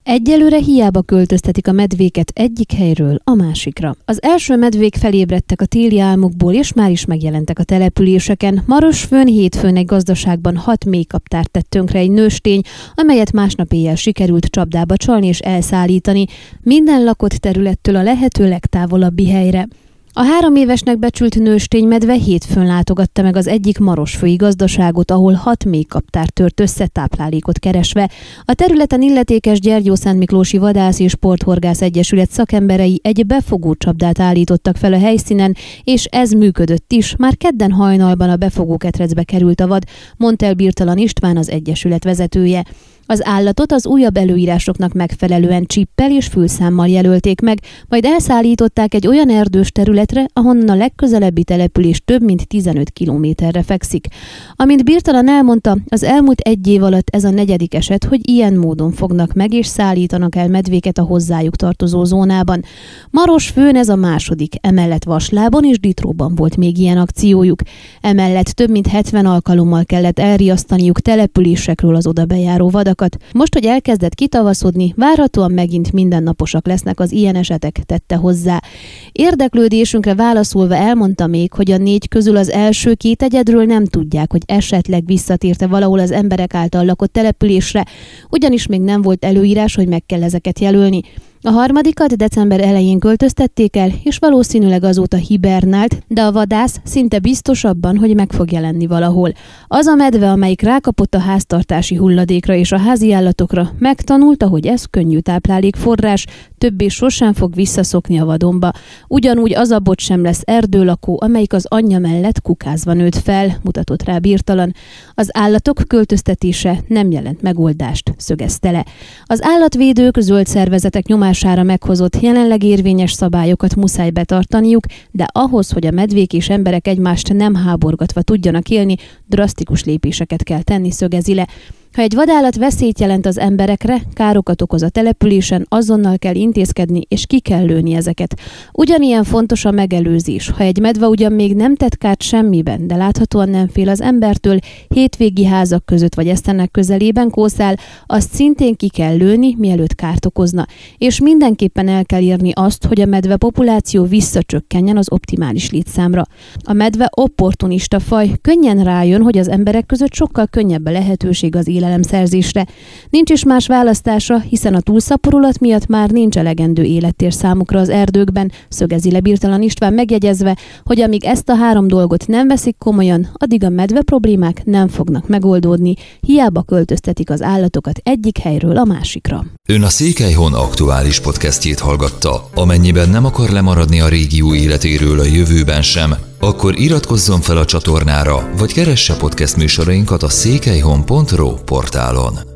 Egyelőre hiába költöztetik a medvéket egyik helyről a másikra. Az első medvék felébredtek a téli álmukból, és már is megjelentek a településeken. Marosfőn hétfőn egy gazdaságban 6 mélykaptárt tett tönkre egy nőstény, amelyet másnap éjjel sikerült csapdába csalni és elszállítani, minden lakott területtől a lehető legtávolabbi helyre. A 3 évesnek becsült nősténymedve hétfőn látogatta meg az egyik marosfői gazdaságot, ahol 6 mélykaptárt tört össze táplálékot keresve. A területen illetékes Gyergyószentmiklósi Vadász és Sporthorgász Egyesület szakemberei egy befogó csapdát állítottak fel a helyszínen, és ez működött is. Már kedden hajnalban a befogóketrecbe került a vad, mondta el Birtalan István, az egyesület vezetője. Az állatot az újabb előírásoknak megfelelően csippel és fülszámmal jelölték meg, majd elszállították egy olyan erdős területre, ahonnan a legközelebbi település több mint 15 kilométerre fekszik. Amint Birtalan elmondta, az elmúlt 1 év alatt ez a 4. eset, hogy ilyen módon fognak meg és szállítanak el medvéket a hozzájuk tartozó zónában. Marosfőn ez a 2., emellett Vaslábon és Ditróban volt még ilyen akciójuk. Emellett több mint 70 alkalommal kellett elriasztaniuk településekről az oda bejáró vadakat. Most, hogy elkezdett kitavaszodni, várhatóan megint mindennaposak lesznek az ilyen esetek, tette hozzá. Érdeklődésünkre válaszolva elmondta még, hogy a 4 közül az első 2 egyedről nem tudják, hogy esetleg visszatérte valahol az emberek által lakott településre, ugyanis még nem volt előírás, hogy meg kell ezeket jelölni. A 3. december elején költöztették el, és valószínűleg azóta hibernált, de a vadász szinte biztos abban, hogy meg fog jelenni valahol. Az a medve, amelyik rákapott a háztartási hulladékra és a házi állatokra, megtanulta, hogy ez könnyű táplálékforrás, többé sosem fog visszaszokni a vadonba. Ugyanúgy az a bot sem lesz erdőlakó, amelyik az anyja mellett kukázva nőtt fel, mutatott rá Birtalan. Az állatok költöztetése nem jelent megoldást, szögezte le. Az állatvédők, zöld szervezetek nyomására meghozott jelenleg érvényes szabályokat muszáj betartaniuk, de ahhoz, hogy a medvék és emberek egymást nem háborgatva tudjanak élni, drasztikus lépéseket kell tenni, szögezi le. Ha egy vadállat veszélyt jelent az emberekre, károkat okoz a településen, azonnal kell intézkedni, és ki kell lőni ezeket. Ugyanilyen fontos a megelőzés. Ha egy medve ugyan még nem tett kárt semmiben, de láthatóan nem fél az embertől, hétvégi házak között vagy eszternek közelében kószál, azt szintén ki kell lőni, mielőtt kárt okozna. És mindenképpen el kell érni azt, hogy a medve populáció visszacsökkenjen az optimális létszámra. A medve opportunista faj, könnyen rájön, hogy az emberek között sokkal könnyebb a lehetőség az élelemszerzésre. Nincs is más választása, hiszen a túlszaporulat miatt már nincs elegendő élettér számukra az erdőkben, szögezi le Birtalan István, megjegyezve, hogy amíg ezt a 3 dolgot nem veszik komolyan, addig a medve problémák nem fognak megoldódni, hiába költöztetik az állatokat egyik helyről a másikra. Ön a Székelyhon aktuális podcastjét hallgatta. Amennyiben nem akar lemaradni a régió életéről a jövőben sem, akkor iratkozzon fel a csatornára, vagy keresse podcast műsorainkat a székelyhon.ro portálon.